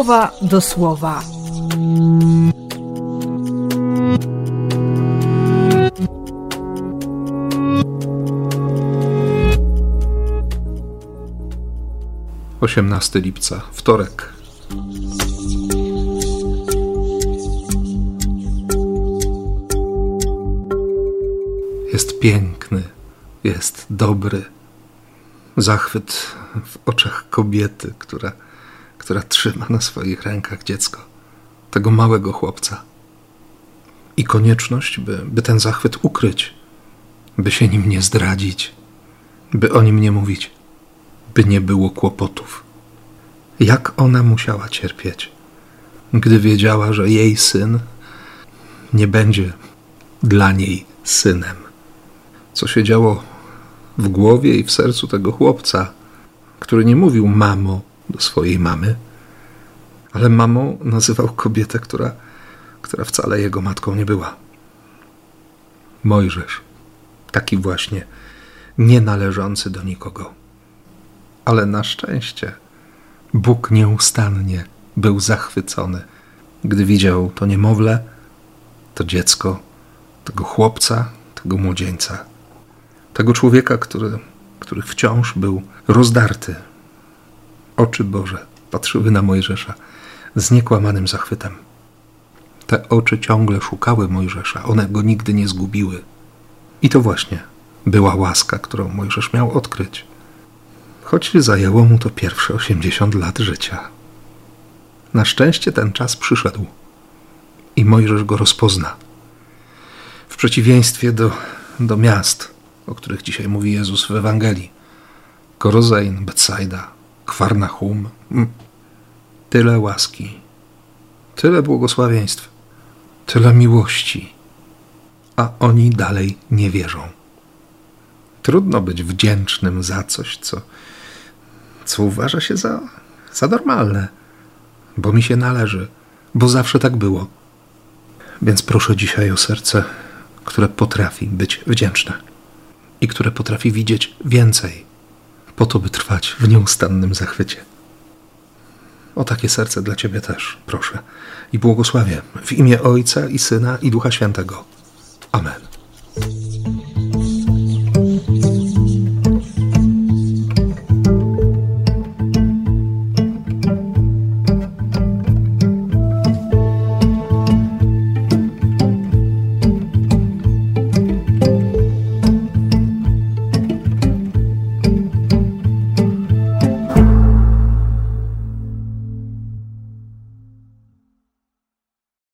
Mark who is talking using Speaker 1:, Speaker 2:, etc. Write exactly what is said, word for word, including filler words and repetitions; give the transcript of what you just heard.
Speaker 1: słowa do słowa.
Speaker 2: osiemnastego lipca, wtorek. Jest piękny, jest dobry. Zachwyt w oczach kobiety, która, która trzyma na swoich rękach dziecko, tego małego chłopca. I konieczność, by, by ten zachwyt ukryć, by się nim nie zdradzić, by o nim nie mówić, by nie było kłopotów. Jak ona musiała cierpieć, gdy wiedziała, że jej syn nie będzie dla niej synem. Co się działo w głowie i w sercu tego chłopca, który nie mówił mamo do swojej mamy, ale mamą nazywał kobietę, która, która wcale jego matką nie była. Mojżesz, taki właśnie nienależący do nikogo. Ale na szczęście Bóg nieustannie był zachwycony, gdy widział to niemowlę, to dziecko, tego chłopca, tego młodzieńca, tego człowieka, który, który wciąż był rozdarty. Oczy Boże patrzyły na Mojżesza z niekłamanym zachwytem. Te oczy ciągle szukały Mojżesza, one go nigdy nie zgubiły. I to właśnie była łaska, którą Mojżesz miał odkryć. Choć zajęło mu to pierwsze osiemdziesiąt lat życia. Na szczęście ten czas przyszedł i Mojżesz go rozpozna. W przeciwieństwie do, do miast, o których dzisiaj mówi Jezus w Ewangelii. Korozein, Betsaida, Kwarnachum. Tyle łaski, tyle błogosławieństw, tyle miłości, a oni dalej nie wierzą. Trudno być wdzięcznym za coś, co, co uważa się za, za normalne, bo mi się należy, bo zawsze tak było. Więc proszę dzisiaj o serce, które potrafi być wdzięczne i które potrafi widzieć więcej, po to, by trwać w nieustannym zachwycie. O takie serce dla Ciebie też proszę i błogosławię w imię Ojca i Syna i Ducha Świętego. Amen.